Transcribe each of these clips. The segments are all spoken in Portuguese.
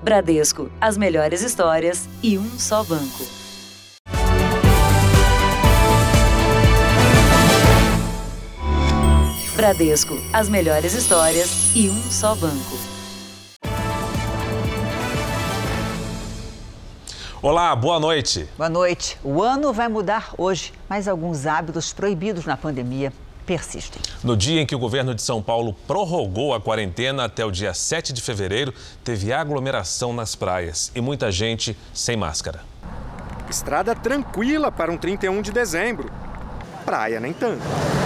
Bradesco, as melhores histórias e um só banco. Bradesco, as melhores histórias e um só banco. Olá, boa noite. Boa noite. O ano vai mudar hoje, mas alguns hábitos proibidos na pandemia persistem. No dia em que o governo de São Paulo prorrogou a quarentena até o dia 7 de fevereiro, teve aglomeração nas praias e muita gente sem máscara. Estrada tranquila para um 31 de dezembro. Praia nem tanto.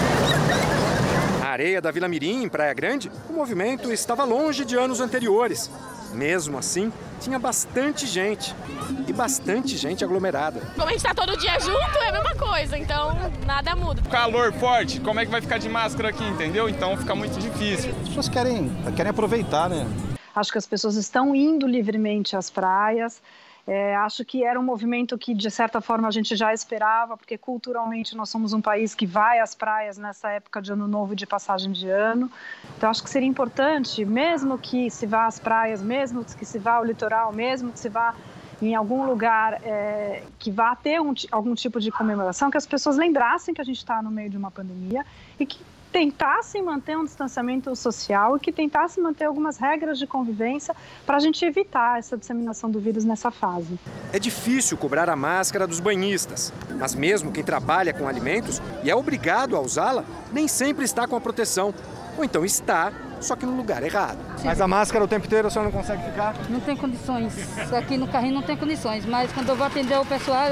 Na areia da Vila Mirim, em Praia Grande, o movimento estava longe de anos anteriores. Mesmo assim, tinha bastante gente. E bastante gente aglomerada. Como a gente está todo dia junto, é a mesma coisa, então nada muda. Calor forte, como é que vai ficar de máscara aqui, entendeu? Então fica muito difícil. As pessoas querem aproveitar, né? Acho que as pessoas estão indo livremente às praias. Acho que era um movimento que, de certa forma, a gente já esperava, porque culturalmente nós somos um país que vai às praias nessa época de ano novo e de passagem de ano. Então, acho que seria importante, mesmo que se vá às praias, mesmo que se vá ao litoral, mesmo que se vá em algum lugar que vá ter algum tipo de comemoração, que as pessoas lembrassem que a gente está no meio de uma pandemia e que tentassem manter um distanciamento social e que tentassem manter algumas regras de convivência para a gente evitar essa disseminação do vírus nessa fase. É difícil cobrar a máscara dos banhistas, mas mesmo quem trabalha com alimentos e é obrigado a usá-la, nem sempre está com a proteção. Ou então está, só que no lugar errado. Mas a máscara o tempo inteiro a senhora não consegue ficar? Não tem condições. Aqui no carrinho não tem condições, mas quando eu vou atender o pessoal,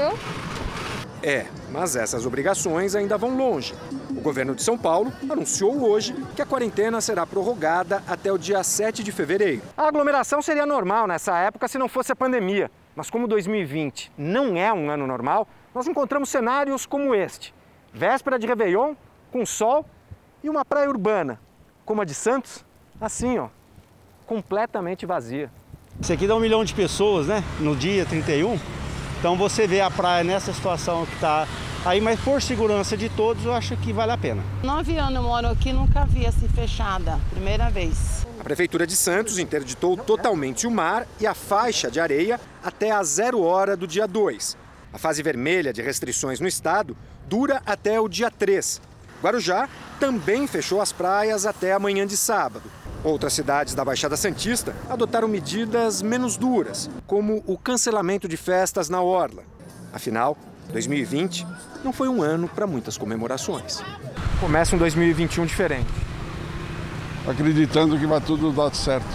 mas essas obrigações ainda vão longe. O governo de São Paulo anunciou hoje que a quarentena será prorrogada até o dia 7 de fevereiro. A aglomeração seria normal nessa época se não fosse a pandemia. Mas como 2020 não é um ano normal, nós encontramos cenários como este. Véspera de Réveillon, com sol e uma praia urbana, como a de Santos, assim, completamente vazia. Isso aqui dá 1 milhão de pessoas, né? No dia 31. Então você vê a praia nessa situação que está aí, mas por segurança de todos, eu acho que vale a pena. 9 anos eu moro aqui, nunca vi assim fechada, primeira vez. A Prefeitura de Santos interditou totalmente o mar e a faixa de areia até às 0 hora do dia 2. A fase vermelha de restrições no estado dura até o dia 3. Guarujá também fechou as praias até amanhã de sábado. Outras cidades da Baixada Santista adotaram medidas menos duras, como o cancelamento de festas na orla. Afinal, 2020 não foi um ano para muitas comemorações. Começa um 2021 diferente. Acreditando que vai tudo dar certo.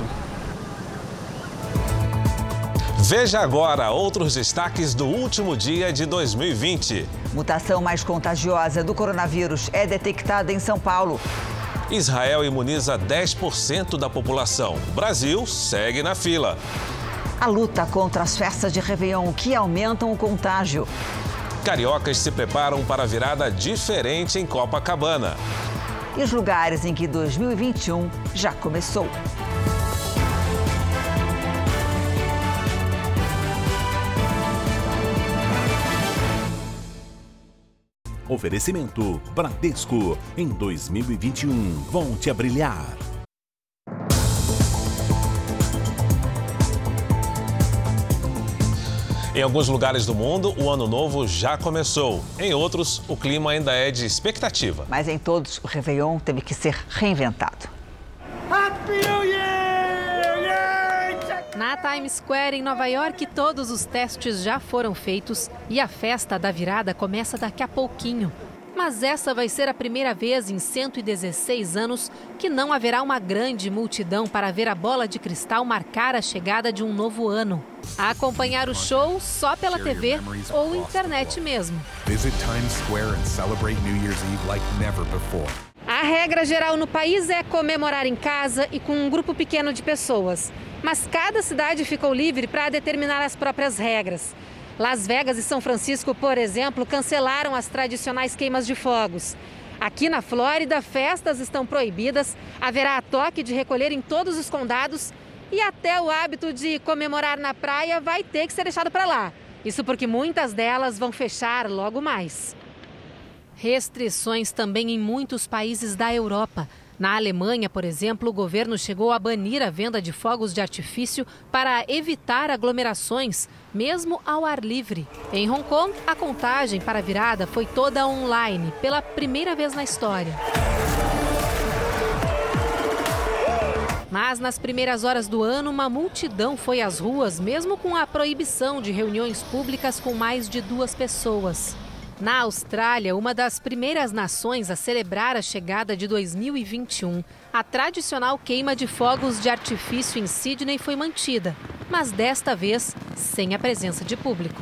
Veja agora outros destaques do último dia de 2020. Mutação mais contagiosa do coronavírus é detectada em São Paulo. Israel imuniza 10% da população. Brasil segue na fila. A luta contra as festas de Réveillon que aumentam o contágio. Cariocas se preparam para a virada diferente em Copacabana. E os lugares em que 2021 já começou. Oferecimento Bradesco. Em 2021, volte a brilhar. Em alguns lugares do mundo, o ano novo já começou. Em outros, o clima ainda é de expectativa. Mas em todos, o Réveillon teve que ser reinventado. Happy New Year! Na Times Square, em Nova York, todos os testes já foram feitos e a festa da virada começa daqui a pouquinho. Mas essa vai ser a primeira vez em 116 anos que não haverá uma grande multidão para ver a bola de cristal marcar a chegada de um novo ano. A acompanhar o show só pela TV ou internet mesmo. A regra geral no país é comemorar em casa e com um grupo pequeno de pessoas. Mas cada cidade ficou livre para determinar as próprias regras. Las Vegas e São Francisco, por exemplo, cancelaram as tradicionais queimas de fogos. Aqui na Flórida, festas estão proibidas, haverá toque de recolher em todos os condados e até o hábito de comemorar na praia vai ter que ser deixado para lá. Isso porque muitas delas vão fechar logo mais. Restrições também em muitos países da Europa. Na Alemanha, por exemplo, o governo chegou a banir a venda de fogos de artifício para evitar aglomerações, mesmo ao ar livre. Em Hong Kong, a contagem para a virada foi toda online, pela primeira vez na história. Mas nas primeiras horas do ano, uma multidão foi às ruas, mesmo com a proibição de reuniões públicas com mais de 2 pessoas. Na Austrália, uma das primeiras nações a celebrar a chegada de 2021, a tradicional queima de fogos de artifício em Sydney foi mantida, mas desta vez sem a presença de público.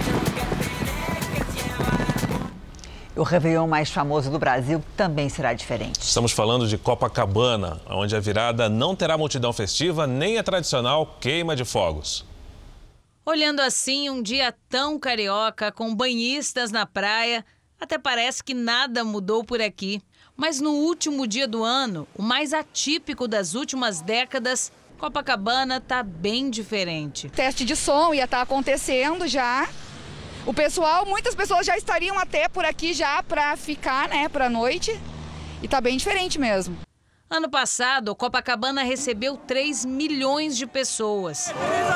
O Réveillon mais famoso do Brasil também será diferente. Estamos falando de Copacabana, onde a virada não terá multidão festiva nem a tradicional queima de fogos. Olhando assim, um dia tão carioca, com banhistas na praia, até parece que nada mudou por aqui. Mas no último dia do ano, o mais atípico das últimas décadas, Copacabana está bem diferente. Teste de som ia estar acontecendo já. Muitas pessoas já estariam até por aqui já para ficar, né, para a noite. E está bem diferente mesmo. Ano passado, Copacabana recebeu 3 milhões de pessoas.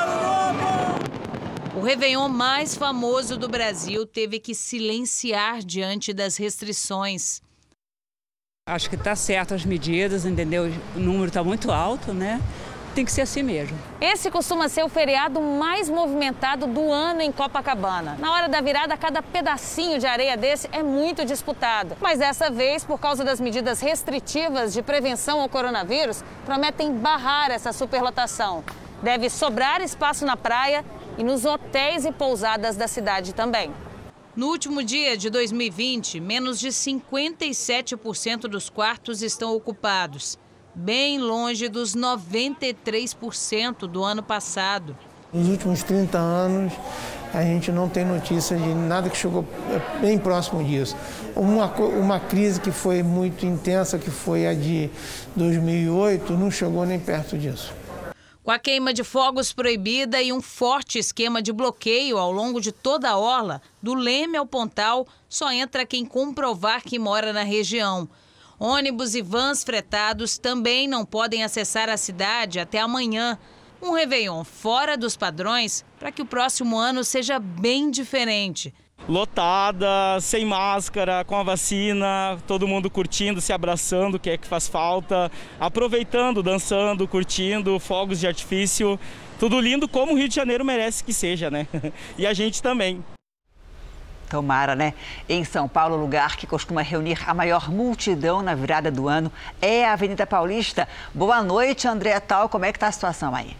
O Réveillon mais famoso do Brasil teve que silenciar diante das restrições. Acho que está certo as medidas, entendeu? O número está muito alto, né? Tem que ser assim mesmo. Esse costuma ser o feriado mais movimentado do ano em Copacabana. Na hora da virada, cada pedacinho de areia desse é muito disputado. Mas dessa vez, por causa das medidas restritivas de prevenção ao coronavírus, prometem barrar essa superlotação. Deve sobrar espaço na praia e nos hotéis e pousadas da cidade também. No último dia de 2020, menos de 57% dos quartos estão ocupados, bem longe dos 93% do ano passado. Nos últimos 30 anos, a gente não tem notícia de nada que chegou bem próximo disso. Uma crise que foi muito intensa, que foi a de 2008, não chegou nem perto disso. Com a queima de fogos proibida e um forte esquema de bloqueio ao longo de toda a orla, do Leme ao Pontal, só entra quem comprovar que mora na região. Ônibus e vans fretados também não podem acessar a cidade até amanhã. Um Réveillon fora dos padrões para que o próximo ano seja bem diferente. Lotada, sem máscara, com a vacina, todo mundo curtindo, se abraçando, que é que faz falta, aproveitando, dançando, curtindo, fogos de artifício, tudo lindo como o Rio de Janeiro merece que seja, né? E a gente também. Tomara, né? Em São Paulo, o lugar que costuma reunir a maior multidão na virada do ano é a Avenida Paulista. Boa noite, André Tal. Como é que está a situação aí?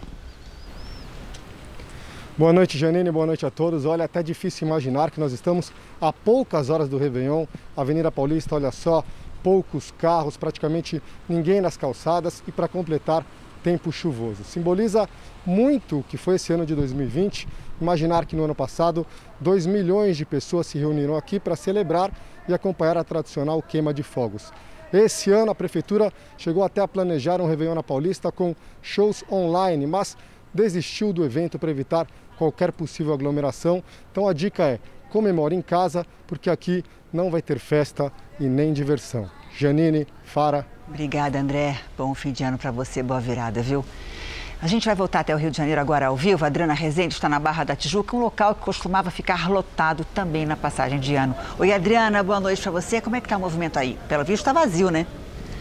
Boa noite, Janine, boa noite a todos. Olha, até difícil imaginar que nós estamos a poucas horas do Réveillon. Avenida Paulista, olha só, poucos carros, praticamente ninguém nas calçadas e, para completar, tempo chuvoso. Simboliza muito o que foi esse ano de 2020. Imaginar que no ano passado 2 milhões de pessoas se reuniram aqui para celebrar e acompanhar a tradicional queima de fogos. Esse ano a Prefeitura chegou até a planejar um Réveillon na Paulista com shows online, mas desistiu do evento para evitar qualquer possível aglomeração. Então a dica é: comemore em casa, porque aqui não vai ter festa e nem diversão. Janine, Fara. Obrigada, André. Bom fim de ano para você, boa virada, viu? A gente vai voltar até o Rio de Janeiro agora ao vivo. A Adriana Rezende está na Barra da Tijuca, um local que costumava ficar lotado também na passagem de ano. Oi, Adriana, boa noite para você. Como é que está o movimento aí? Pelo visto está vazio, né?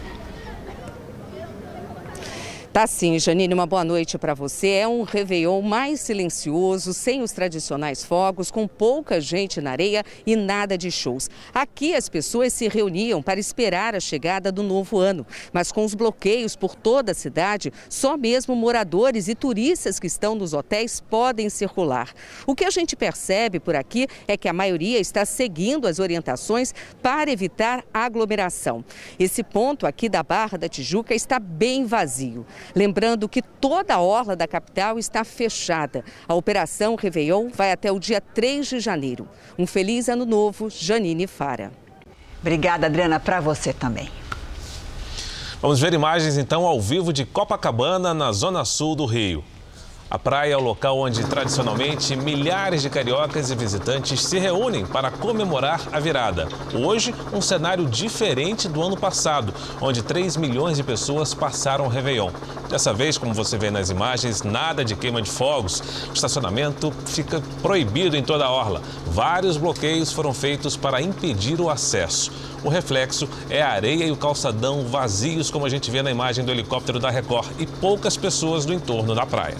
Tá sim, Janine, uma boa noite para você. É um Réveillon mais silencioso, sem os tradicionais fogos, com pouca gente na areia e nada de shows. Aqui as pessoas se reuniam para esperar a chegada do novo ano, mas com os bloqueios por toda a cidade, só mesmo moradores e turistas que estão nos hotéis podem circular. O que a gente percebe por aqui é que a maioria está seguindo as orientações para evitar aglomeração. Esse ponto aqui da Barra da Tijuca está bem vazio. Lembrando que toda a orla da capital está fechada. A Operação Réveillon vai até o dia 3 de janeiro. Um feliz ano novo, Janine Fara. Obrigada, Adriana, para você também. Vamos ver imagens então ao vivo de Copacabana, na zona sul do Rio. A praia é o local onde, tradicionalmente, milhares de cariocas e visitantes se reúnem para comemorar a virada. Hoje, um cenário diferente do ano passado, onde 3 milhões de pessoas passaram o Réveillon. Dessa vez, como você vê nas imagens, nada de queima de fogos. O estacionamento fica proibido em toda a orla. Vários bloqueios foram feitos para impedir o acesso. O reflexo é a areia e o calçadão vazios, como a gente vê na imagem do helicóptero da Record, e poucas pessoas no entorno da praia.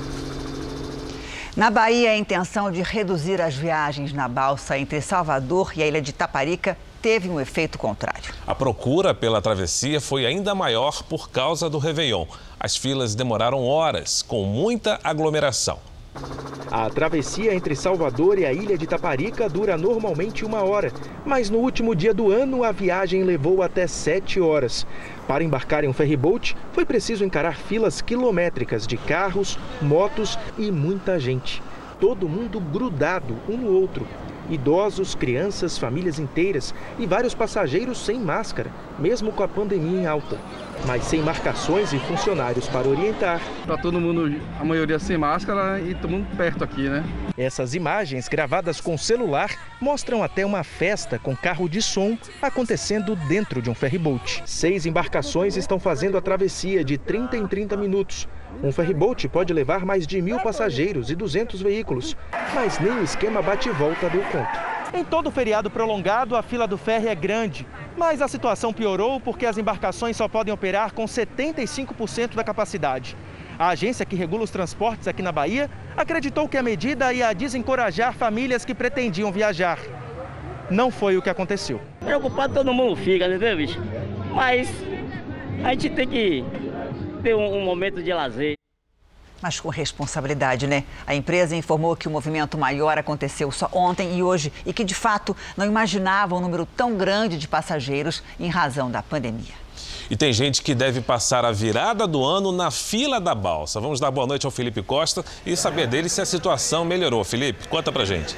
Na Bahia, a intenção de reduzir as viagens na balsa entre Salvador e a ilha de Taparica teve um efeito contrário. A procura pela travessia foi ainda maior por causa do Réveillon. As filas demoraram horas, com muita aglomeração. A travessia entre Salvador e a ilha de Taparica dura normalmente 1 hora, mas no último dia do ano a viagem levou até 7 horas. Para embarcar em um ferryboat, foi preciso encarar filas quilométricas de carros, motos e muita gente. Todo mundo grudado um no outro. Idosos, crianças, famílias inteiras e vários passageiros sem máscara, mesmo com a pandemia em alta. Mas sem marcações e funcionários para orientar. Está todo mundo, a maioria sem máscara e todo mundo perto aqui, né? Essas imagens gravadas com celular mostram até uma festa com carro de som acontecendo dentro de um ferryboat. 6 embarcações estão fazendo a travessia de 30 em 30 minutos. Um ferryboat pode levar mais de 1.000 passageiros e 200 veículos, mas nem o esquema bate-volta deu conta. Em todo feriado prolongado, a fila do ferry é grande, mas a situação piorou porque as embarcações só podem operar com 75% da capacidade. A agência que regula os transportes aqui na Bahia acreditou que a medida ia desencorajar famílias que pretendiam viajar. Não foi o que aconteceu. Preocupado todo mundo fica, né, bicho? Mas a gente tem que ter um momento de lazer. Mas com responsabilidade, né? A empresa informou que o movimento maior aconteceu só ontem e hoje e que, de fato, não imaginava um número tão grande de passageiros em razão da pandemia. E tem gente que deve passar a virada do ano na fila da balsa. Vamos dar boa noite ao Felipe Costa e saber dele se a situação melhorou. Felipe, conta pra gente.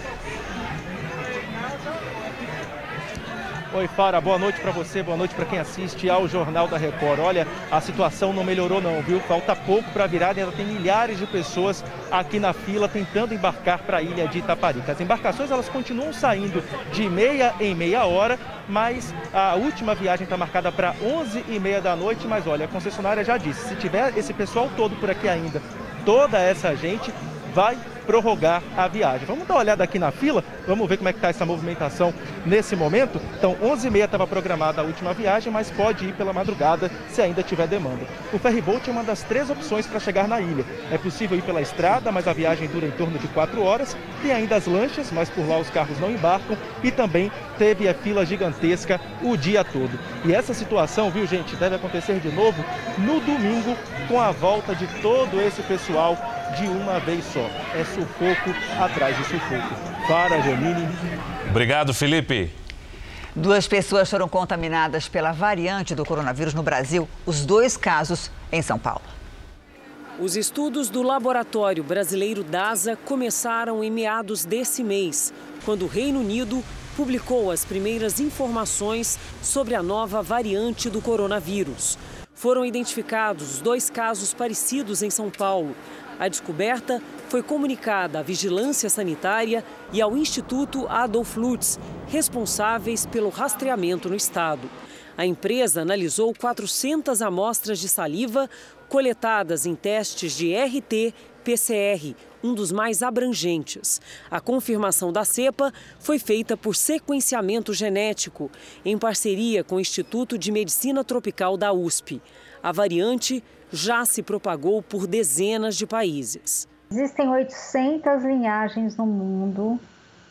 Oi, Fara, boa noite para você, boa noite para quem assiste ao Jornal da Record. Olha, a situação não melhorou não, viu? Falta pouco para a virada e ainda tem milhares de pessoas aqui na fila tentando embarcar para a ilha de Itaparica. As embarcações, elas continuam saindo de meia em meia hora, mas a última viagem está marcada para 11h30 da noite. Mas olha, a concessionária já disse, se tiver esse pessoal todo por aqui ainda, toda essa gente vai prorrogar a viagem. Vamos dar uma olhada aqui na fila, vamos ver como é que está essa movimentação nesse momento. Então, 11h30 estava programada a última viagem, mas pode ir pela madrugada se ainda tiver demanda. O ferryboat é uma das 3 opções para chegar na ilha. É possível ir pela estrada, mas a viagem dura em torno de 4 horas. Tem ainda as lanchas, mas por lá os carros não embarcam. E também teve a fila gigantesca o dia todo. E essa situação, viu, gente, deve acontecer de novo no domingo, com a volta de todo esse pessoal de uma vez só. É sufoco atrás de sufoco. Para, Janine. Obrigado, Felipe. 2 pessoas foram contaminadas pela variante do coronavírus no Brasil. Os 2 casos em São Paulo. Os estudos do Laboratório Brasileiro DASA começaram em meados desse mês, quando o Reino Unido publicou as primeiras informações sobre a nova variante do coronavírus. Foram identificados 2 casos parecidos em São Paulo. A descoberta foi comunicada à Vigilância Sanitária e ao Instituto Adolf Lutz, responsáveis pelo rastreamento no estado. A empresa analisou 400 amostras de saliva coletadas em testes de RT-PCR, um dos mais abrangentes. A confirmação da cepa foi feita por sequenciamento genético, em parceria com o Instituto de Medicina Tropical da USP. A variante já se propagou por dezenas de países. Existem 800 linhagens no mundo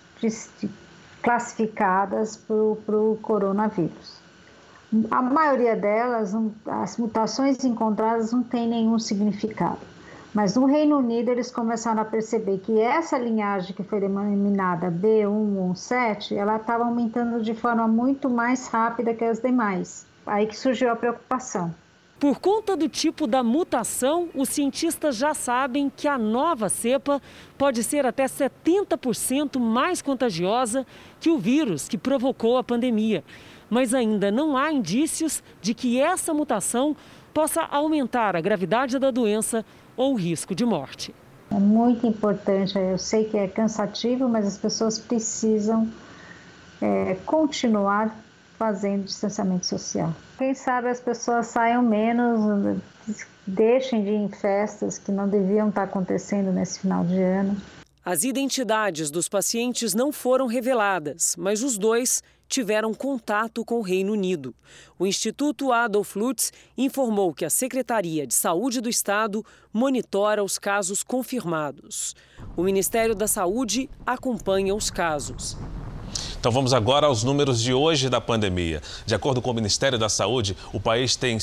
classificadas para o coronavírus. A maioria delas, as mutações encontradas não têm nenhum significado. Mas no Reino Unido eles começaram a perceber que essa linhagem que foi denominada B117, ela estava aumentando de forma muito mais rápida que as demais. Aí que surgiu a preocupação. Por conta do tipo da mutação, os cientistas já sabem que a nova cepa pode ser até 70% mais contagiosa que o vírus que provocou a pandemia. Mas ainda não há indícios de que essa mutação possa aumentar a gravidade da doença ou o risco de morte. É muito importante, eu sei que é cansativo, mas as pessoas precisam continuar fazendo distanciamento social. Quem sabe as pessoas saiam menos, deixem de ir em festas que não deviam estar acontecendo nesse final de ano. As identidades dos pacientes não foram reveladas, mas os dois tiveram contato com o Reino Unido. O Instituto Adolf Lutz informou que a Secretaria de Saúde do Estado monitora os casos confirmados. O Ministério da Saúde acompanha os casos. Então vamos agora aos números de hoje da pandemia. De acordo com o Ministério da Saúde, o país tem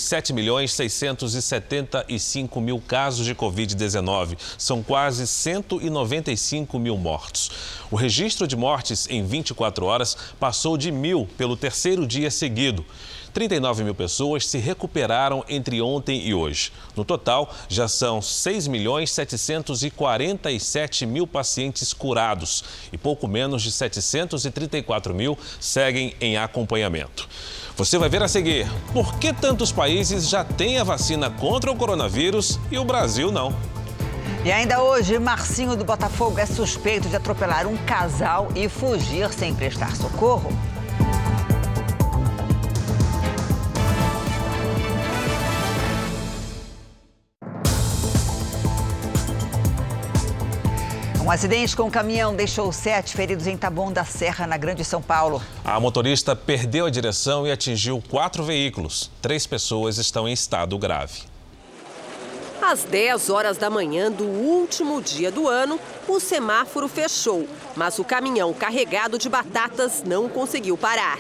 7.675.000 casos de Covid-19. São quase 195 mil mortos. O registro de mortes em 24 horas passou de 1.000 pelo terceiro dia seguido. 39 mil pessoas se recuperaram entre ontem e hoje. No total, já são 6.747.000 pacientes curados e pouco menos de 734 mil seguem em acompanhamento. Você vai ver a seguir por que tantos países já têm a vacina contra o coronavírus e o Brasil não. E ainda hoje, Marcinho do Botafogo é suspeito de atropelar um casal e fugir sem prestar socorro. Um acidente com um caminhão deixou 7 feridos em Taboão da Serra, na Grande São Paulo. A motorista perdeu a direção e atingiu 4 veículos. 3 pessoas estão em estado grave. Às 10 horas da manhã do último dia do ano, o semáforo fechou, mas o caminhão carregado de batatas não conseguiu parar.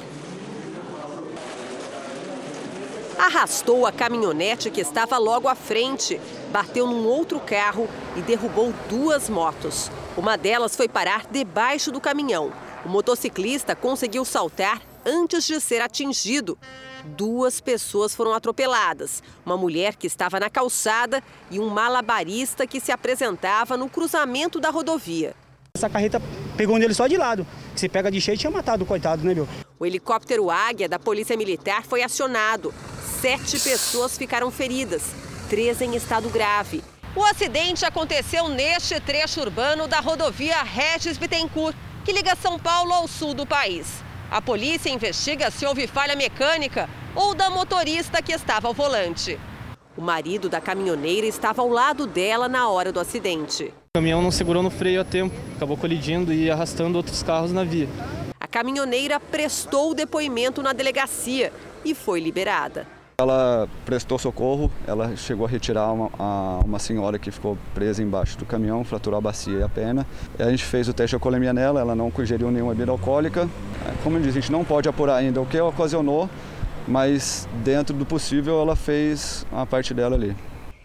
Arrastou a caminhonete que estava logo à frente, bateu num outro carro e derrubou 2 motos. Uma delas foi parar debaixo do caminhão. O motociclista conseguiu saltar antes de ser atingido. 2 pessoas foram atropeladas. Uma mulher que estava na calçada e um malabarista que se apresentava no cruzamento da rodovia. Essa carreta pegou nele só de lado. Se pega de cheio, tinha matado o coitado, né, meu? O helicóptero Águia da Polícia Militar foi acionado. 7 pessoas ficaram feridas, 3 em estado grave. O acidente aconteceu neste trecho urbano da rodovia Regis Bittencourt, que liga São Paulo ao sul do país. A polícia investiga se houve falha mecânica ou da motorista que estava ao volante. O marido da caminhoneira estava ao lado dela na hora do acidente. O caminhão não segurou no freio a tempo, acabou colidindo e arrastando outros carros na via. A caminhoneira prestou depoimento na delegacia e foi liberada. Ela prestou socorro, ela chegou a retirar uma senhora que ficou presa embaixo do caminhão, fraturou a bacia e a perna. A gente fez o teste de alcoolemia nela, ela não ingeriu nenhuma bebida alcoólica. Como eu disse, a gente não pode apurar ainda o que ocasionou, mas dentro do possível ela fez a parte dela ali.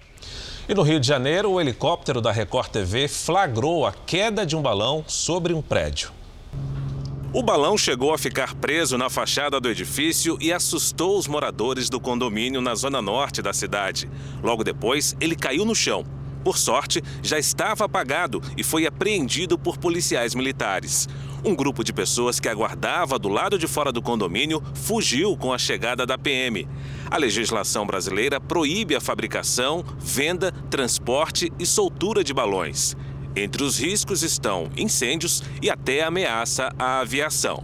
E no Rio de Janeiro, o helicóptero da Record TV flagrou a queda de um balão sobre um prédio. O balão chegou a ficar preso na fachada do edifício e assustou os moradores do condomínio na zona norte da cidade. Logo depois, ele caiu no chão. Por sorte, já estava apagado e foi apreendido por policiais militares. Um grupo de pessoas que aguardava do lado de fora do condomínio fugiu com a chegada da PM. A legislação brasileira proíbe a fabricação, venda, transporte e soltura de balões. Entre os riscos estão incêndios e até ameaça à aviação.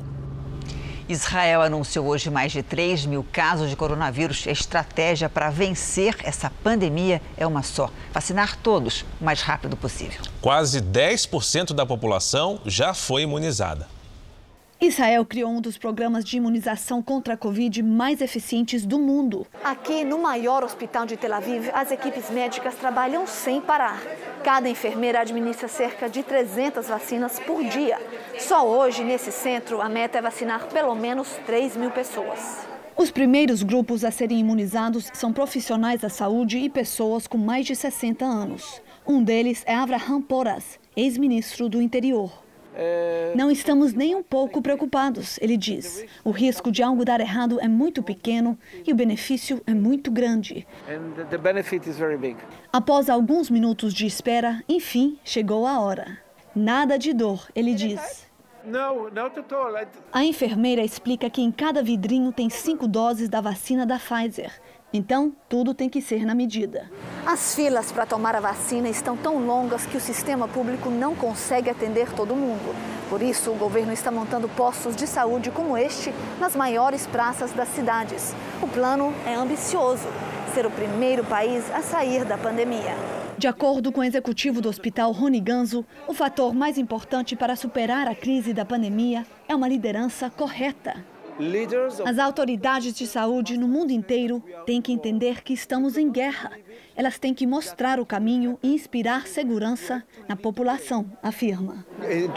Israel anunciou hoje mais de 3 mil casos de coronavírus. A estratégia para vencer essa pandemia é uma só: vacinar todos o mais rápido possível. Quase 10% da população já foi imunizada. Israel criou um dos programas de imunização contra a Covid mais eficientes do mundo. Aqui no maior hospital de Tel Aviv, as equipes médicas trabalham sem parar. Cada enfermeira administra cerca de 300 vacinas por dia. Só hoje, nesse centro, a meta é vacinar pelo menos 3 mil pessoas. Os primeiros grupos a serem imunizados são profissionais da saúde e pessoas com mais de 60 anos. Um deles é Avraham Poras, ex-ministro do Interior. Não estamos nem um pouco preocupados, ele diz. O risco de algo dar errado é muito pequeno e o benefício é muito grande. Após alguns minutos de espera, enfim, chegou a hora. Nada de dor, ele diz. A enfermeira explica que em cada vidrinho tem 5 doses da vacina da Pfizer. Então, tudo tem que ser na medida. As filas para tomar a vacina estão tão longas que o sistema público não consegue atender todo mundo. Por isso, o governo está montando postos de saúde como este nas maiores praças das cidades. O plano é ambicioso: ser o primeiro país a sair da pandemia. De acordo com o executivo do Hospital Rony Ganzo, o fator mais importante para superar a crise da pandemia é uma liderança correta. As autoridades de saúde no mundo inteiro têm que entender que estamos em guerra. Elas têm que mostrar o caminho e inspirar segurança na população, afirma.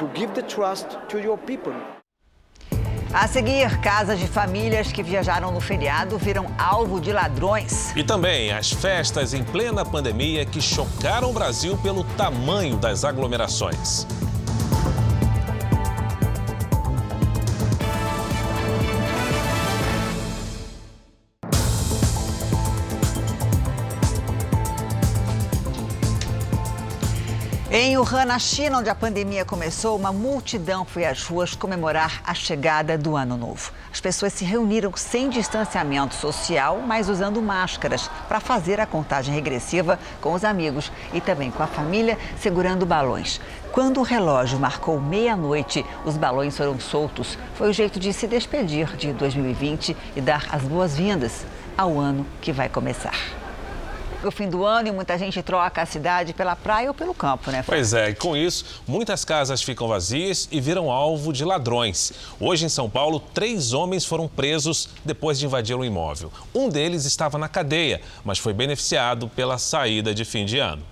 A seguir, casas de famílias que viajaram no feriado viram alvo de ladrões. E também as festas em plena pandemia que chocaram o Brasil pelo tamanho das aglomerações. Em Wuhan, na China, onde a pandemia começou, uma multidão foi às ruas comemorar a chegada do Ano Novo. As pessoas se reuniram sem distanciamento social, mas usando máscaras para fazer a contagem regressiva com os amigos e também com a família, segurando balões. Quando o relógio marcou meia-noite, os balões foram soltos. Foi o jeito de se despedir de 2020 e dar as boas-vindas ao ano que vai começar. O fim do ano e muita gente troca a cidade pela praia ou pelo campo, né, Fran? Pois é, e com isso, muitas casas ficam vazias e viram alvo de ladrões. Hoje, em São Paulo, 3 homens foram presos depois de invadir um imóvel. Um deles estava na cadeia, mas foi beneficiado pela saída de fim de ano.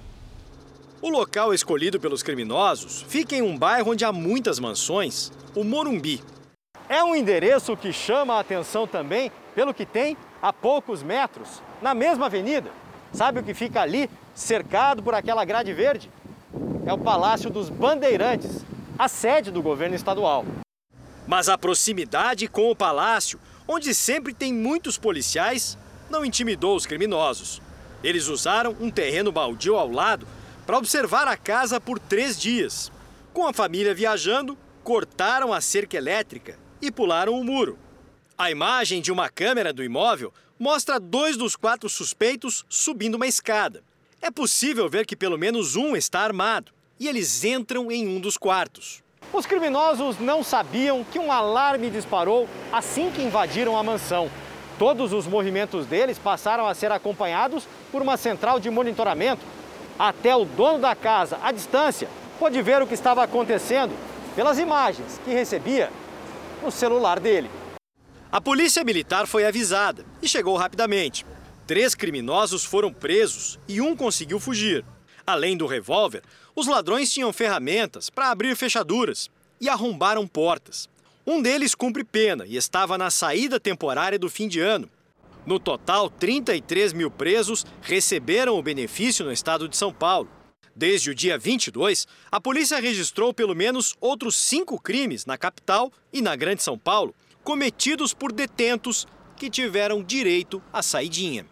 O local escolhido pelos criminosos fica em um bairro onde há muitas mansões, o Morumbi. É um endereço que chama a atenção também pelo que tem a poucos metros, na mesma avenida. Sabe o que fica ali, cercado por aquela grade verde? É o Palácio dos Bandeirantes, a sede do governo estadual. Mas a proximidade com o palácio, onde sempre tem muitos policiais, não intimidou os criminosos. Eles usaram um terreno baldio ao lado para observar a casa por 3 dias. Com a família viajando, cortaram a cerca elétrica e pularam o muro. A imagem de uma câmera do imóvel mostra 2 dos 4 suspeitos subindo uma escada. É possível ver que pelo menos um está armado e eles entram em um dos quartos. Os criminosos não sabiam que um alarme disparou assim que invadiram a mansão. Todos os movimentos deles passaram a ser acompanhados por uma central de monitoramento. Até o dono da casa, à distância, pôde ver o que estava acontecendo pelas imagens que recebia no celular dele. A polícia militar foi avisada e chegou rapidamente. 3 criminosos foram presos e um conseguiu fugir. Além do revólver, os ladrões tinham ferramentas para abrir fechaduras e arrombaram portas. Um deles cumpre pena e estava na saída temporária do fim de ano. No total, 33 mil presos receberam o benefício no estado de São Paulo. Desde o dia 22, a polícia registrou pelo menos outros 5 crimes na capital e na Grande São Paulo, cometidos por detentos que tiveram direito à saidinha.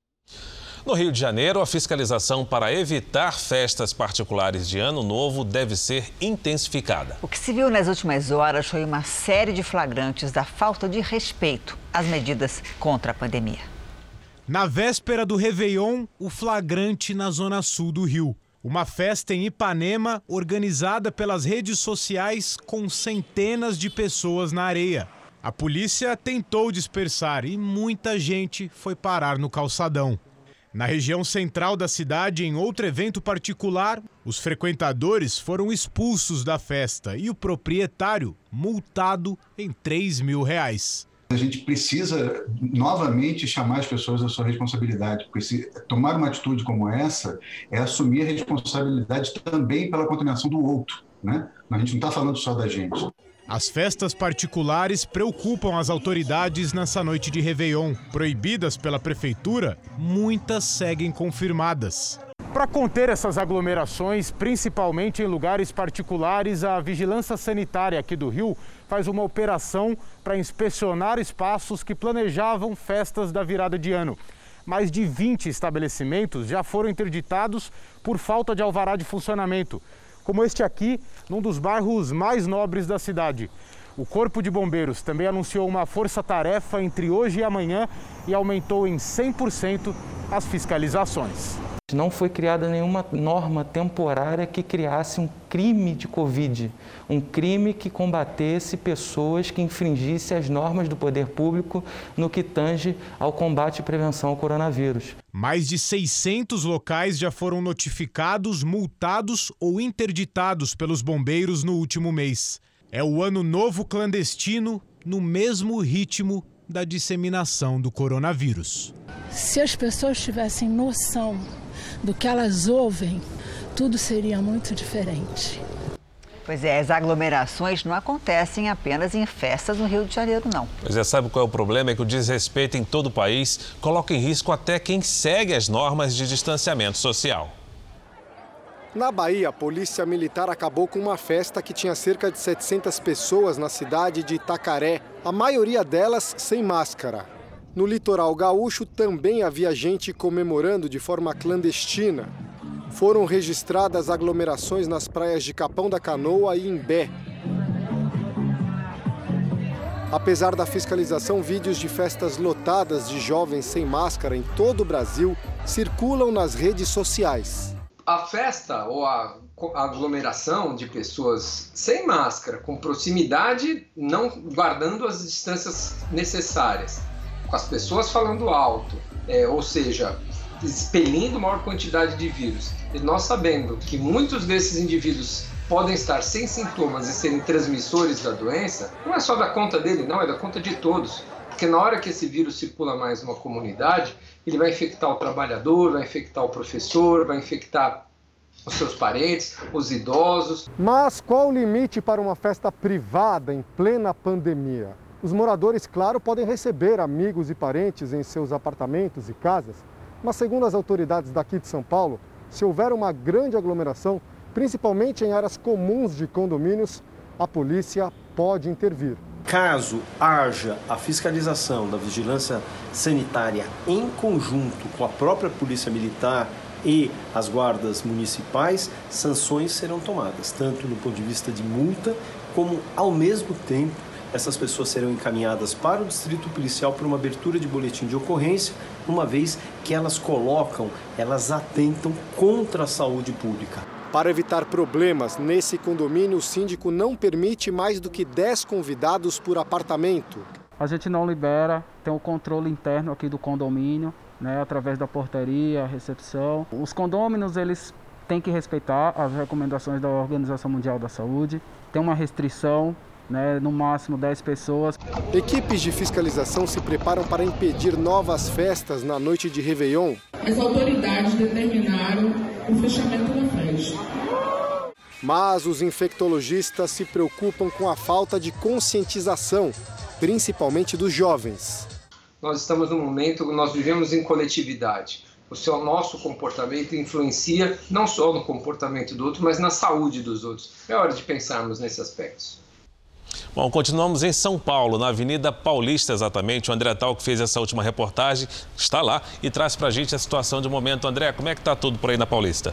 No Rio de Janeiro, a fiscalização para evitar festas particulares de Ano Novo deve ser intensificada. O que se viu nas últimas horas foi uma série de flagrantes da falta de respeito às medidas contra a pandemia. Na véspera do Réveillon, o flagrante na zona sul do Rio. Uma festa em Ipanema organizada pelas redes sociais com centenas de pessoas na areia. A polícia tentou dispersar e muita gente foi parar no calçadão. Na região central da cidade, em outro evento particular, os frequentadores foram expulsos da festa e o proprietário multado em R$3.000. A gente precisa novamente chamar as pessoas à sua responsabilidade, porque se tomar uma atitude como essa é assumir a responsabilidade também pela contaminação do outro, né? A gente não está falando só da gente. As festas particulares preocupam as autoridades nessa noite de Réveillon. Proibidas pela prefeitura, muitas seguem confirmadas. Para conter essas aglomerações, principalmente em lugares particulares, a Vigilância Sanitária aqui do Rio faz uma operação para inspecionar espaços que planejavam festas da virada de ano. Mais de 20 estabelecimentos já foram interditados por falta de alvará de funcionamento, como este aqui, num dos bairros mais nobres da cidade. O Corpo de Bombeiros também anunciou uma força-tarefa entre hoje e amanhã e aumentou em 100% as fiscalizações. Não foi criada nenhuma norma temporária que criasse um crime de Covid, um crime que combatesse pessoas que infringissem as normas do poder público no que tange ao combate e prevenção ao coronavírus. Mais de 600 locais já foram notificados, multados ou interditados pelos bombeiros no último mês. É o ano novo clandestino no mesmo ritmo da disseminação do coronavírus. Se as pessoas tivessem noção do que elas ouvem, tudo seria muito diferente. Pois é, as aglomerações não acontecem apenas em festas no Rio de Janeiro, não. Pois é, sabe qual é o problema? É que o desrespeito em todo o país coloca em risco até quem segue as normas de distanciamento social. Na Bahia, a Polícia Militar acabou com uma festa que tinha cerca de 700 pessoas na cidade de Itacaré, a maioria delas sem máscara. No litoral gaúcho também havia gente comemorando de forma clandestina. Foram registradas aglomerações nas praias de Capão da Canoa e Imbé. Apesar da fiscalização, vídeos de festas lotadas de jovens sem máscara em todo o Brasil circulam nas redes sociais. A festa ou a aglomeração de pessoas sem máscara, com proximidade, não guardando as distâncias necessárias, com as pessoas falando alto, ou seja, expelindo maior quantidade de vírus. E nós sabendo que muitos desses indivíduos podem estar sem sintomas e serem transmissores da doença, não é só da conta dele, não, é da conta de todos. Porque na hora que esse vírus circula mais numa comunidade, ele vai infectar o trabalhador, vai infectar o professor, vai infectar os seus parentes, os idosos. Mas qual o limite para uma festa privada em plena pandemia? Os moradores, claro, podem receber amigos e parentes em seus apartamentos e casas, mas segundo as autoridades daqui de São Paulo, se houver uma grande aglomeração, principalmente em áreas comuns de condomínios, a polícia pode intervir. Caso haja a fiscalização da vigilância sanitária em conjunto com a própria Polícia Militar e as guardas municipais, sanções serão tomadas, tanto do ponto de vista de multa, como, ao mesmo tempo, essas pessoas serão encaminhadas para o distrito policial para uma abertura de boletim de ocorrência, uma vez que elas atentam contra a saúde pública. Para evitar problemas, nesse condomínio o síndico não permite mais do que 10 convidados por apartamento. A gente não libera, tem o controle interno aqui do condomínio, né, através da portaria, recepção. Os condôminos, eles têm que respeitar as recomendações da Organização Mundial da Saúde. Tem uma restrição, né, no máximo 10 pessoas. Equipes de fiscalização se preparam para impedir novas festas na noite de Réveillon. As autoridades determinaram o fechamento da festa. Mas os infectologistas se preocupam com a falta de conscientização, principalmente dos jovens. Nós estamos num momento, nós vivemos em coletividade. O nosso comportamento influencia não só no comportamento do outro, mas na saúde dos outros. É hora de pensarmos nesses aspectos. Bom, continuamos em São Paulo, na Avenida Paulista exatamente. O André Tal, que fez essa última reportagem, está lá e traz pra gente a situação de momento. André, como é que tá tudo por aí na Paulista?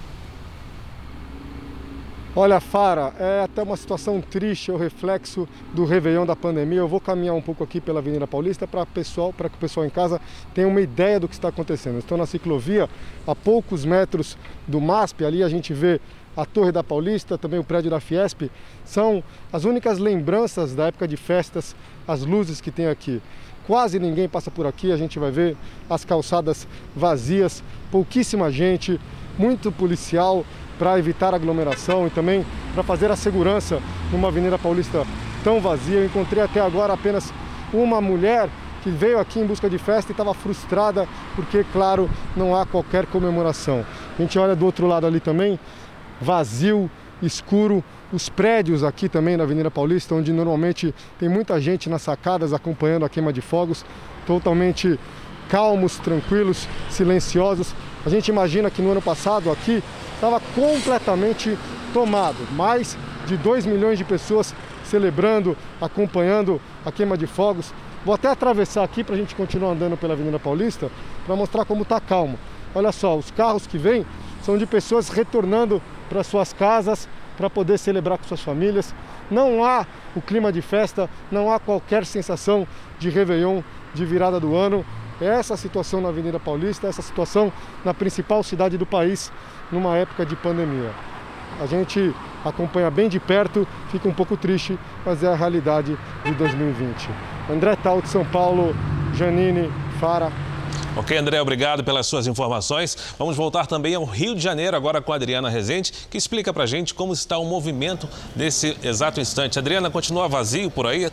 Olha, Fara, é até uma situação triste, é o reflexo do Réveillon da pandemia. Eu vou caminhar um pouco aqui pela Avenida Paulista para que o pessoal em casa tenha uma ideia do que está acontecendo. Eu estou na ciclovia, a poucos metros do MASP, ali a gente vê a Torre da Paulista, também o prédio da Fiesp. São as únicas lembranças da época de festas, as luzes que tem aqui. Quase ninguém passa por aqui, a gente vai ver as calçadas vazias, pouquíssima gente, muito policial para evitar aglomeração e também para fazer a segurança numa Avenida Paulista tão vazia. Eu encontrei até agora apenas uma mulher que veio aqui em busca de festa e estava frustrada porque, claro, não há qualquer comemoração. A gente olha do outro lado ali também, vazio, escuro, os prédios aqui também na Avenida Paulista, onde normalmente tem muita gente nas sacadas acompanhando a queima de fogos, totalmente calmos, tranquilos, silenciosos. A gente imagina que no ano passado aqui estava completamente tomado, mais de 2 milhões de pessoas celebrando, acompanhando a queima de fogos. Vou até atravessar aqui para a gente continuar andando pela Avenida Paulista para mostrar como está calmo. Olha só, os carros que vêm são de pessoas retornando para suas casas para poder celebrar com suas famílias. Não há o clima de festa, não há qualquer sensação de Réveillon, de virada do ano. Essa situação na Avenida Paulista, essa situação na principal cidade do país, numa época de pandemia. A gente acompanha bem de perto, fica um pouco triste, mas é a realidade de 2020. André Tal, de São Paulo, Janine, Fara. Ok, André, obrigado pelas suas informações. Vamos voltar também ao Rio de Janeiro, agora com a Adriana Rezende, que explica pra gente como está o movimento nesse exato instante. Adriana, continua vazio por aí?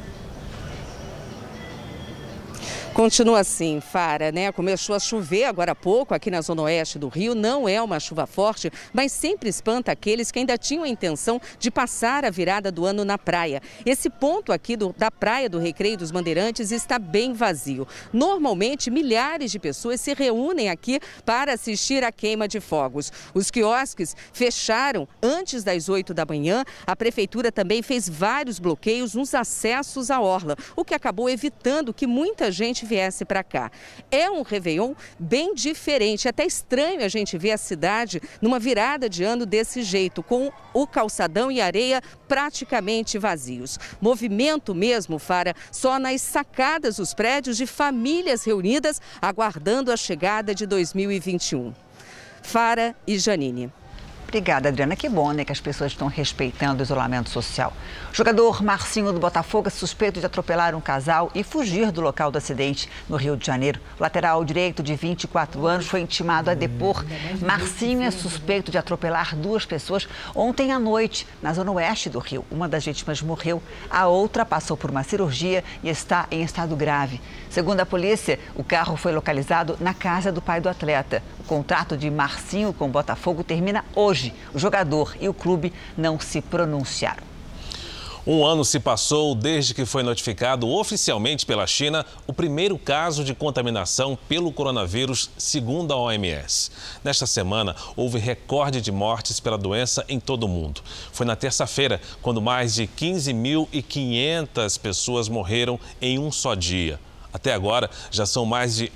Continua assim, Fara, né? Começou a chover agora há pouco aqui na zona oeste do Rio. Não é uma chuva forte, mas sempre espanta aqueles que ainda tinham a intenção de passar a virada do ano na praia. Esse ponto aqui da Praia do Recreio dos Bandeirantes está bem vazio. Normalmente, milhares de pessoas se reúnem aqui para assistir à queima de fogos. Os quiosques fecharam antes das 8 da manhã. A prefeitura também fez vários bloqueios nos acessos à orla, o que acabou evitando que muita gente viesse para cá. É um Réveillon bem diferente, até estranho a gente ver a cidade numa virada de ano desse jeito, com o calçadão e areia praticamente vazios. Movimento mesmo, Fara, só nas sacadas dos prédios de famílias reunidas aguardando a chegada de 2021. Fara e Janine. Obrigada, Adriana. Que bom, né, que as pessoas estão respeitando o isolamento social. O jogador Marcinho do Botafogo é suspeito de atropelar um casal e fugir do local do acidente no Rio de Janeiro. O lateral direito, de 24 anos, foi intimado a depor. Marcinho é suspeito de atropelar 2 pessoas ontem à noite, na zona oeste do Rio. Uma das vítimas morreu, a outra passou por uma cirurgia e está em estado grave. Segundo a polícia, o carro foi localizado na casa do pai do atleta. O contrato de Marcinho com o Botafogo termina hoje. O jogador e o clube não se pronunciaram. Um ano se passou desde que foi notificado oficialmente pela China o primeiro caso de contaminação pelo coronavírus, segundo a OMS. Nesta semana, houve recorde de mortes pela doença em todo o mundo. Foi na terça-feira, quando mais de 15.500 pessoas morreram em um só dia. Até agora, já são mais de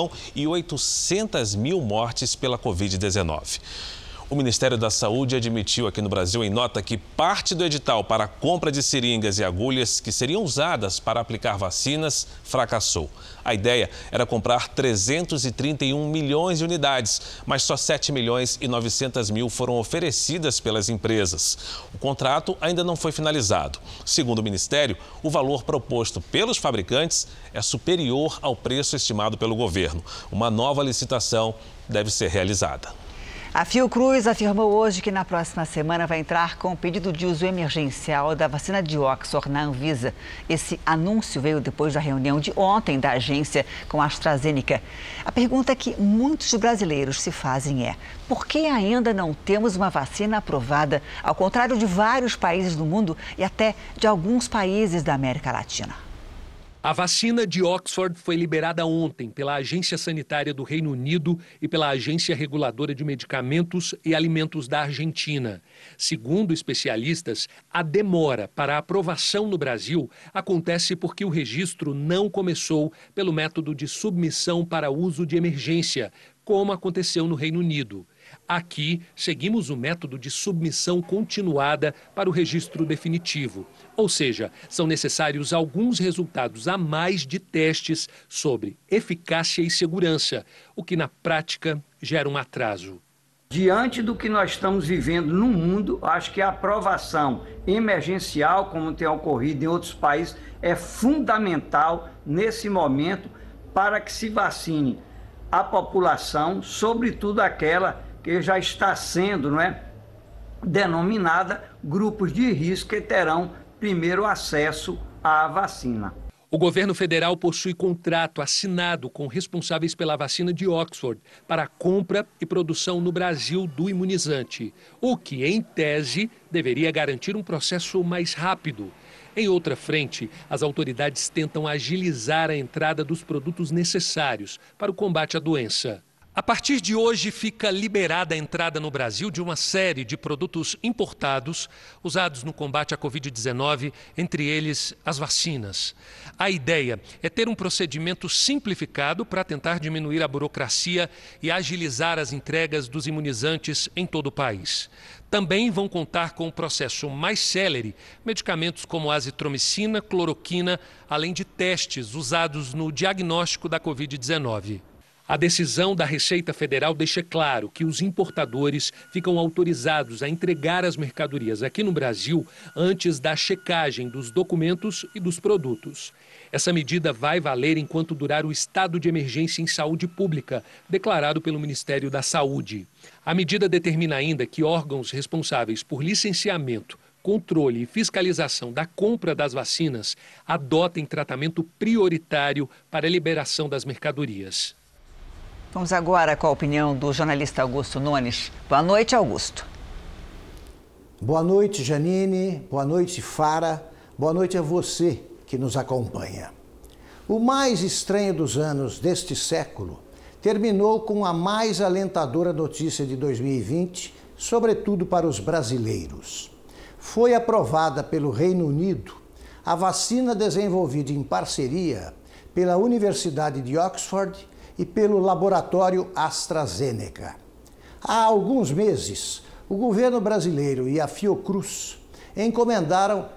1.800.000 mortes pela Covid-19. O Ministério da Saúde admitiu aqui no Brasil em nota que parte do edital para a compra de seringas e agulhas que seriam usadas para aplicar vacinas fracassou. A ideia era comprar 331 milhões de unidades, mas só 7.900.000 foram oferecidas pelas empresas. O contrato ainda não foi finalizado. Segundo o Ministério, o valor proposto pelos fabricantes é superior ao preço estimado pelo governo. Uma nova licitação deve ser realizada. A Fiocruz afirmou hoje que na próxima semana vai entrar com o pedido de uso emergencial da vacina de Oxford na Anvisa. Esse anúncio veio depois da reunião de ontem da agência com a AstraZeneca. A pergunta que muitos brasileiros se fazem é: por que ainda não temos uma vacina aprovada, ao contrário de vários países do mundo e até de alguns países da América Latina? A vacina de Oxford foi liberada ontem pela Agência Sanitária do Reino Unido e pela Agência Reguladora de Medicamentos e Alimentos da Argentina. Segundo especialistas, a demora para a aprovação no Brasil acontece porque o registro não começou pelo método de submissão para uso de emergência, como aconteceu no Reino Unido. Aqui, seguimos o método de submissão continuada para o registro definitivo. Ou seja, são necessários alguns resultados a mais de testes sobre eficácia e segurança, o que na prática gera um atraso. Diante do que nós estamos vivendo no mundo, acho que a aprovação emergencial, como tem ocorrido em outros países, é fundamental nesse momento para que se vacine a população, sobretudo aquela que já está sendo, denominada grupos de risco, que terão primeiro acesso à vacina. O governo federal possui contrato assinado com responsáveis pela vacina de Oxford para a compra e produção no Brasil do imunizante, o que, em tese, deveria garantir um processo mais rápido. Em outra frente, as autoridades tentam agilizar a entrada dos produtos necessários para o combate à doença. A partir de hoje, fica liberada a entrada no Brasil de uma série de produtos importados usados no combate à Covid-19, entre eles as vacinas. A ideia é ter um procedimento simplificado para tentar diminuir a burocracia e agilizar as entregas dos imunizantes em todo o país. Também vão contar com um processo mais célere, medicamentos como azitromicina, cloroquina, além de testes usados no diagnóstico da Covid-19. A decisão da Receita Federal deixa claro que os importadores ficam autorizados a entregar as mercadorias aqui no Brasil antes da checagem dos documentos e dos produtos. Essa medida vai valer enquanto durar o estado de emergência em saúde pública, declarado pelo Ministério da Saúde. A medida determina ainda que órgãos responsáveis por licenciamento, controle e fiscalização da compra das vacinas adotem tratamento prioritário para a liberação das mercadorias. Vamos agora com a opinião do jornalista Augusto Nunes. Boa noite, Augusto. Boa noite, Janine. Boa noite, Fara. Boa noite a você que nos acompanha. O mais estranho dos anos deste século terminou com a mais alentadora notícia de 2020, sobretudo para os brasileiros. Foi aprovada pelo Reino Unido a vacina desenvolvida em parceria pela Universidade de Oxford e pelo laboratório AstraZeneca. Há alguns meses, o governo brasileiro e a Fiocruz encomendaram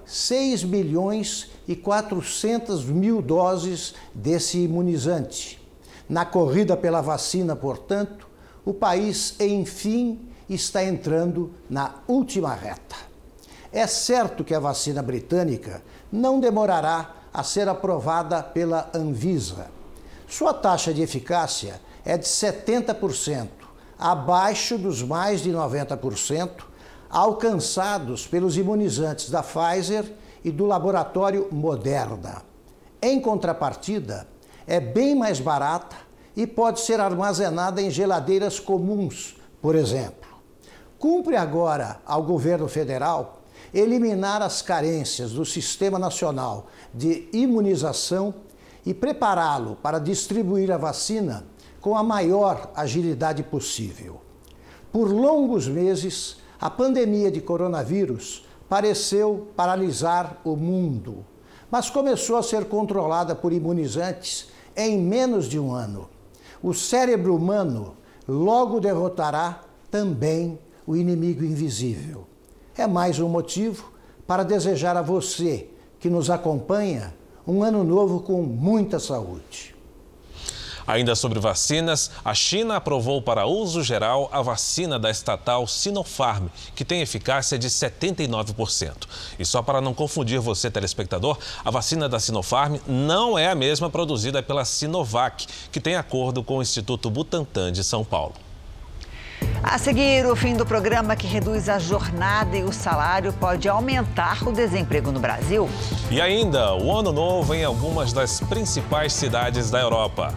6.400.000 doses desse imunizante. Na corrida pela vacina, portanto, o país, enfim, está entrando na última reta. É certo que a vacina britânica não demorará a ser aprovada pela Anvisa. Sua taxa de eficácia é de 70%, abaixo dos mais de 90% alcançados pelos imunizantes da Pfizer e do laboratório Moderna. Em contrapartida, é bem mais barata e pode ser armazenada em geladeiras comuns, por exemplo. Cumpre agora ao governo federal eliminar as carências do Sistema Nacional de Imunização e prepará-lo para distribuir a vacina com a maior agilidade possível. Por longos meses, a pandemia de coronavírus pareceu paralisar o mundo, mas começou a ser controlada por imunizantes em menos de um ano. O cérebro humano logo derrotará também o inimigo invisível. É mais um motivo para desejar a você que nos acompanha um ano novo com muita saúde. Ainda sobre vacinas, a China aprovou para uso geral a vacina da estatal Sinopharm, que tem eficácia de 79%. E só para não confundir você, telespectador, a vacina da Sinopharm não é a mesma produzida pela Sinovac, que tem acordo com o Instituto Butantan de São Paulo. A seguir, o fim do programa que reduz a jornada e o salário pode aumentar o desemprego no Brasil. E ainda, o ano novo em algumas das principais cidades da Europa.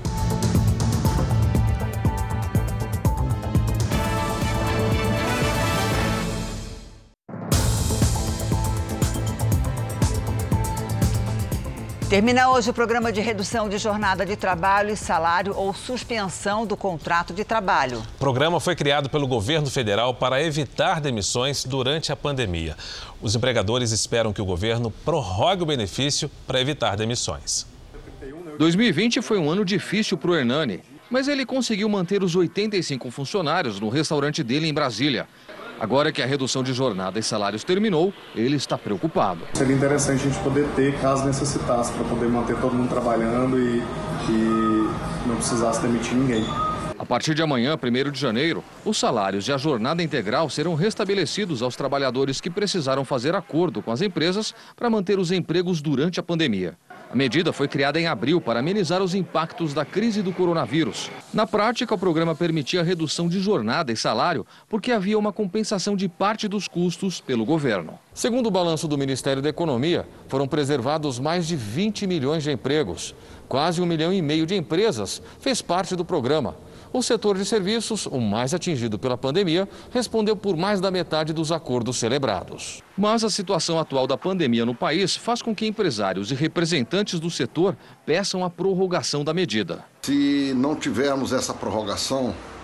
Termina hoje o programa de redução de jornada de trabalho e salário ou suspensão do contrato de trabalho. O programa foi criado pelo governo federal para evitar demissões durante a pandemia. Os empregadores esperam que o governo prorrogue o benefício para evitar demissões. 2020 foi um ano difícil para o Hernani, mas ele conseguiu manter os 85 funcionários no restaurante dele em Brasília. Agora que a redução de jornada e salários terminou, ele está preocupado. Seria interessante a gente poder ter, caso necessitasse, para poder manter todo mundo trabalhando e não precisasse demitir ninguém. A partir de amanhã, 1º de janeiro, os salários e a jornada integral serão restabelecidos aos trabalhadores que precisaram fazer acordo com as empresas para manter os empregos durante a pandemia. A medida foi criada em abril para amenizar os impactos da crise do coronavírus. Na prática, o programa permitia a redução de jornada e salário porque havia uma compensação de parte dos custos pelo governo. Segundo o balanço do Ministério da Economia, foram preservados mais de 20 milhões de empregos. Quase 1,5 milhão de empresas fez parte do programa. O setor de serviços, o mais atingido pela pandemia, respondeu por mais da metade dos acordos celebrados. Mas a situação atual da pandemia no país faz com que empresários e representantes do setor peçam a prorrogação da medida. Se não tivermos essa prorrogação,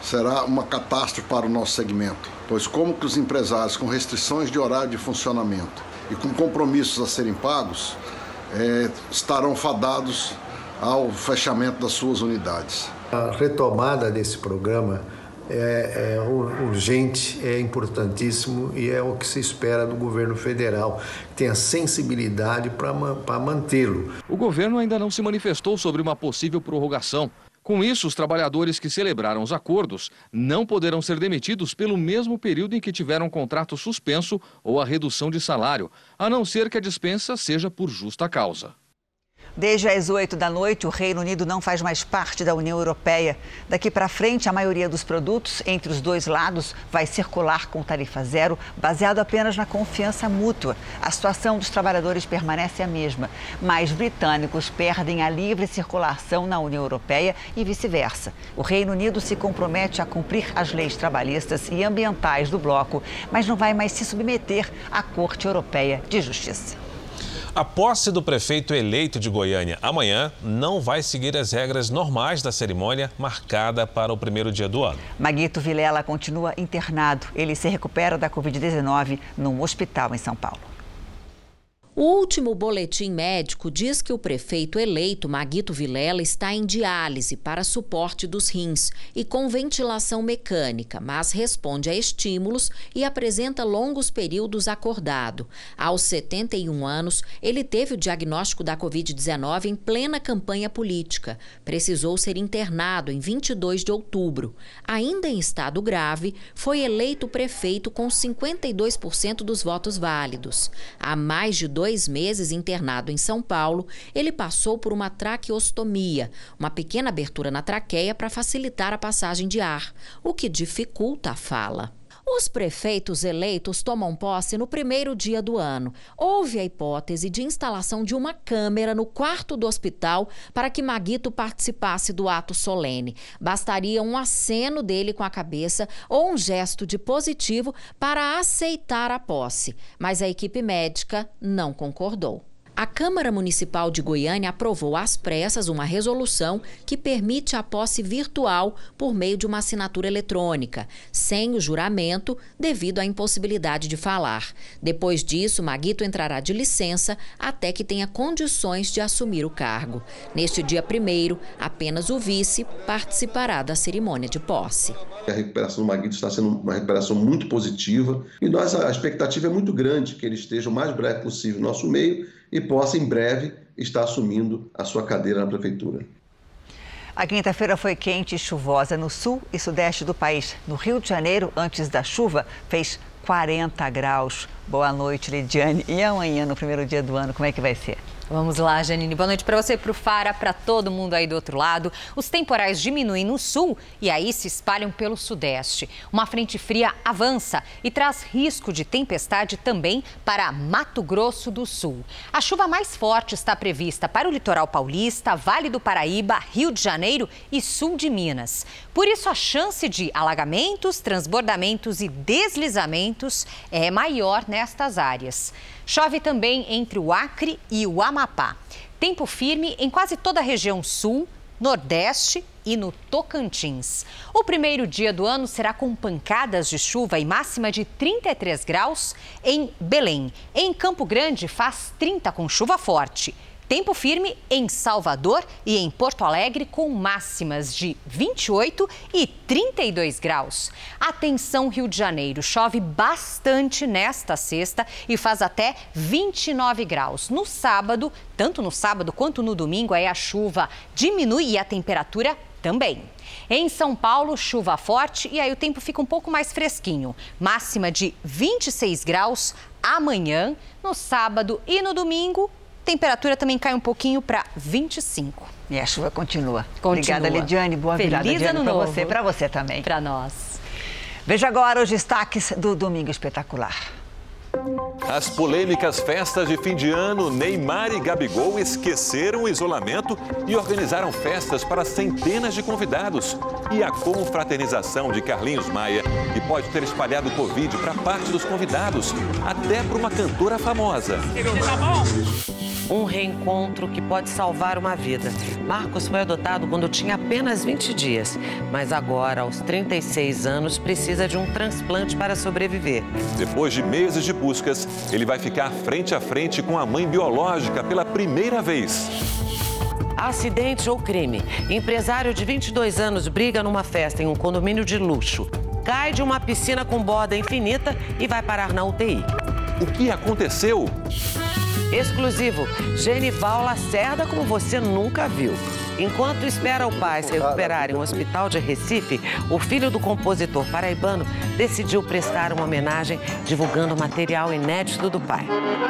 será uma catástrofe para o nosso segmento, pois como que os empresários com restrições de horário de funcionamento e com compromissos a serem pagos estarão fadados ao fechamento das suas unidades. A retomada desse programa é urgente, é importantíssimo e é o que se espera do governo federal, que tenha sensibilidade para mantê-lo. O governo ainda não se manifestou sobre uma possível prorrogação. Com isso, os trabalhadores que celebraram os acordos não poderão ser demitidos pelo mesmo período em que tiveram contrato suspenso ou a redução de salário, a não ser que a dispensa seja por justa causa. Desde as 8 da noite, o Reino Unido não faz mais parte da União Europeia. Daqui para frente, a maioria dos produtos entre os dois lados vai circular com tarifa zero, baseado apenas na confiança mútua. A situação dos trabalhadores permanece a mesma, mas britânicos perdem a livre circulação na União Europeia e vice-versa. O Reino Unido se compromete a cumprir as leis trabalhistas e ambientais do bloco, mas não vai mais se submeter à Corte Europeia de Justiça. A posse do prefeito eleito de Goiânia amanhã não vai seguir as regras normais da cerimônia marcada para o primeiro dia do ano. Maguito Vilela continua internado. Ele se recupera da Covid-19 num hospital em São Paulo. O último boletim médico diz que o prefeito eleito, Maguito Vilela, está em diálise para suporte dos rins e com ventilação mecânica, mas responde a estímulos e apresenta longos períodos acordado. Aos 71 anos, ele teve o diagnóstico da Covid-19 em plena campanha política. Precisou ser internado em 22 de outubro. Ainda em estado grave, foi eleito prefeito com 52% dos votos válidos. Há mais de 2 meses internado em São Paulo, ele passou por uma traqueostomia, uma pequena abertura na traqueia para facilitar a passagem de ar, o que dificulta a fala. Os prefeitos eleitos tomam posse no primeiro dia do ano. Houve a hipótese de instalação de uma câmera no quarto do hospital para que Maguito participasse do ato solene. Bastaria um aceno dele com a cabeça ou um gesto de positivo para aceitar a posse, mas a equipe médica não concordou. A Câmara Municipal de Goiânia aprovou às pressas uma resolução que permite a posse virtual por meio de uma assinatura eletrônica, sem o juramento, devido à impossibilidade de falar. Depois disso, Maguito entrará de licença até que tenha condições de assumir o cargo. Neste dia 1º, apenas o vice participará da cerimônia de posse. A recuperação do Maguito está sendo uma recuperação muito positiva e a expectativa é muito grande que ele esteja o mais breve possível no nosso meio e possa, em breve, estar assumindo a sua cadeira na prefeitura. A quinta-feira foi quente e chuvosa no sul e sudeste do país. No Rio de Janeiro, antes da chuva, fez 40 graus. Boa noite, Lidiane. E amanhã, no primeiro dia do ano, como é que vai ser? Vamos lá, Janine. Boa noite para você, para o Fara, para todo mundo aí do outro lado. Os temporais diminuem no sul e aí se espalham pelo sudeste. Uma frente fria avança e traz risco de tempestade também para Mato Grosso do Sul. A chuva mais forte está prevista para o litoral paulista, Vale do Paraíba, Rio de Janeiro e sul de Minas. Por isso, a chance de alagamentos, transbordamentos e deslizamentos é maior nestas áreas. Chove também entre o Acre e o Amapá. Tempo firme em quase toda a região sul, nordeste e no Tocantins. O primeiro dia do ano será com pancadas de chuva e máxima de 33 graus em Belém. Em Campo Grande faz 30 com chuva forte. Tempo firme em Salvador e em Porto Alegre com máximas de 28 e 32 graus. Atenção, Rio de Janeiro, chove bastante nesta sexta e faz até 29 graus. No sábado, tanto no sábado quanto no domingo, aí a chuva diminui e a temperatura também. Em São Paulo, chuva forte e aí o tempo fica um pouco mais fresquinho. Máxima de 26 graus amanhã, no sábado e no domingo. Temperatura também cai um pouquinho para 25. E a chuva continua. Obrigada, Lidiane. Boa virada de ano para você também. Para nós. Veja agora os destaques do Domingo Espetacular. As polêmicas festas de fim de ano, Neymar e Gabigol esqueceram o isolamento e organizaram festas para centenas de convidados. E a confraternização de Carlinhos Maia, que pode ter espalhado o Covid para parte dos convidados, até para uma cantora famosa. Tá bom? Um reencontro que pode salvar uma vida. Marcos foi adotado quando tinha apenas 20 dias, mas agora, aos 36 anos, precisa de um transplante para sobreviver. Depois de meses de buscas, ele vai ficar frente a frente com a mãe biológica pela primeira vez. Acidente ou crime? Empresário de 22 anos briga numa festa em um condomínio de luxo. Cai de uma piscina com borda infinita e vai parar na UTI. O que aconteceu? Exclusivo, Genival Lacerda como você nunca viu. Enquanto espera o pai se recuperar em um hospital de Recife, o filho do compositor paraibano decidiu prestar uma homenagem divulgando material inédito do pai.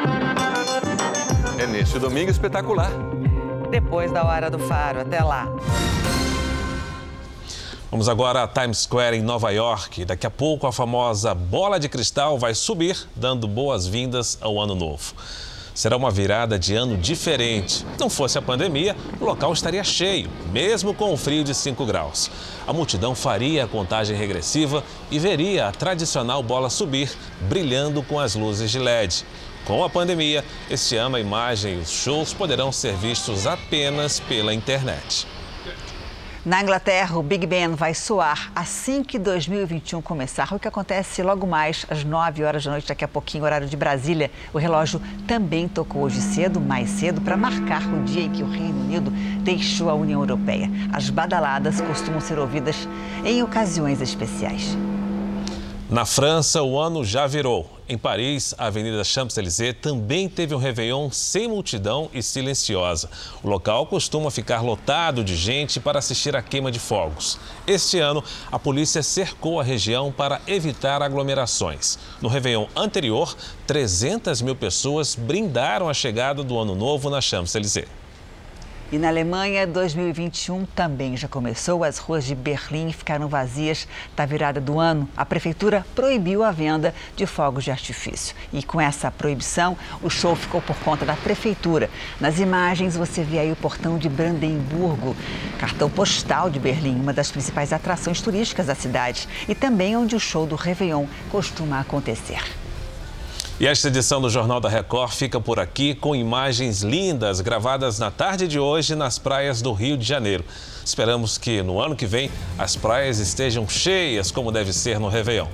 É neste domingo espetacular. Depois da Hora do Faro. Até lá. Vamos agora a Times Square, em Nova York. Daqui a pouco, a famosa bola de cristal vai subir, dando boas-vindas ao Ano Novo. Será uma virada de ano diferente. Se não fosse a pandemia, o local estaria cheio, mesmo com o frio de 5 graus. A multidão faria a contagem regressiva e veria a tradicional bola subir, brilhando com as luzes de LED. Com a pandemia, este ano a imagem e os shows poderão ser vistos apenas pela internet. Na Inglaterra, o Big Ben vai soar assim que 2021 começar, o que acontece logo mais às 9 horas da noite, daqui a pouquinho, horário de Brasília. O relógio também tocou hoje cedo, mais cedo, para marcar o dia em que o Reino Unido deixou a União Europeia. As badaladas costumam ser ouvidas em ocasiões especiais. Na França, o ano já virou. Em Paris, a Avenida Champs-Élysées também teve um Réveillon sem multidão e silenciosa. O local costuma ficar lotado de gente para assistir à queima de fogos. Este ano, a polícia cercou a região para evitar aglomerações. No Réveillon anterior, 300 mil pessoas brindaram a chegada do Ano Novo na Champs-Élysées. E na Alemanha, 2021 também já começou. As ruas de Berlim ficaram vazias da virada do ano. A prefeitura proibiu a venda de fogos de artifício. E com essa proibição, o show ficou por conta da prefeitura. Nas imagens, você vê aí o portão de Brandemburgo, cartão postal de Berlim, uma das principais atrações turísticas da cidade. E também onde o show do Réveillon costuma acontecer. E esta edição do Jornal da Record fica por aqui com imagens lindas gravadas na tarde de hoje nas praias do Rio de Janeiro. Esperamos que no ano que vem as praias estejam cheias como deve ser no Réveillon.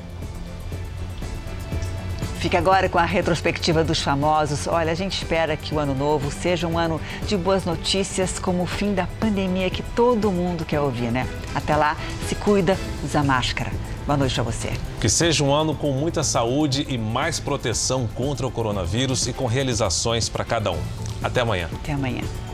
Fica agora com a retrospectiva dos famosos. Olha, a gente espera que o ano novo seja um ano de boas notícias, como o fim da pandemia que todo mundo quer ouvir, né? Até lá, se cuida, usa máscara. Boa noite para você. Que seja um ano com muita saúde e mais proteção contra o coronavírus e com realizações para cada um. Até amanhã. Até amanhã.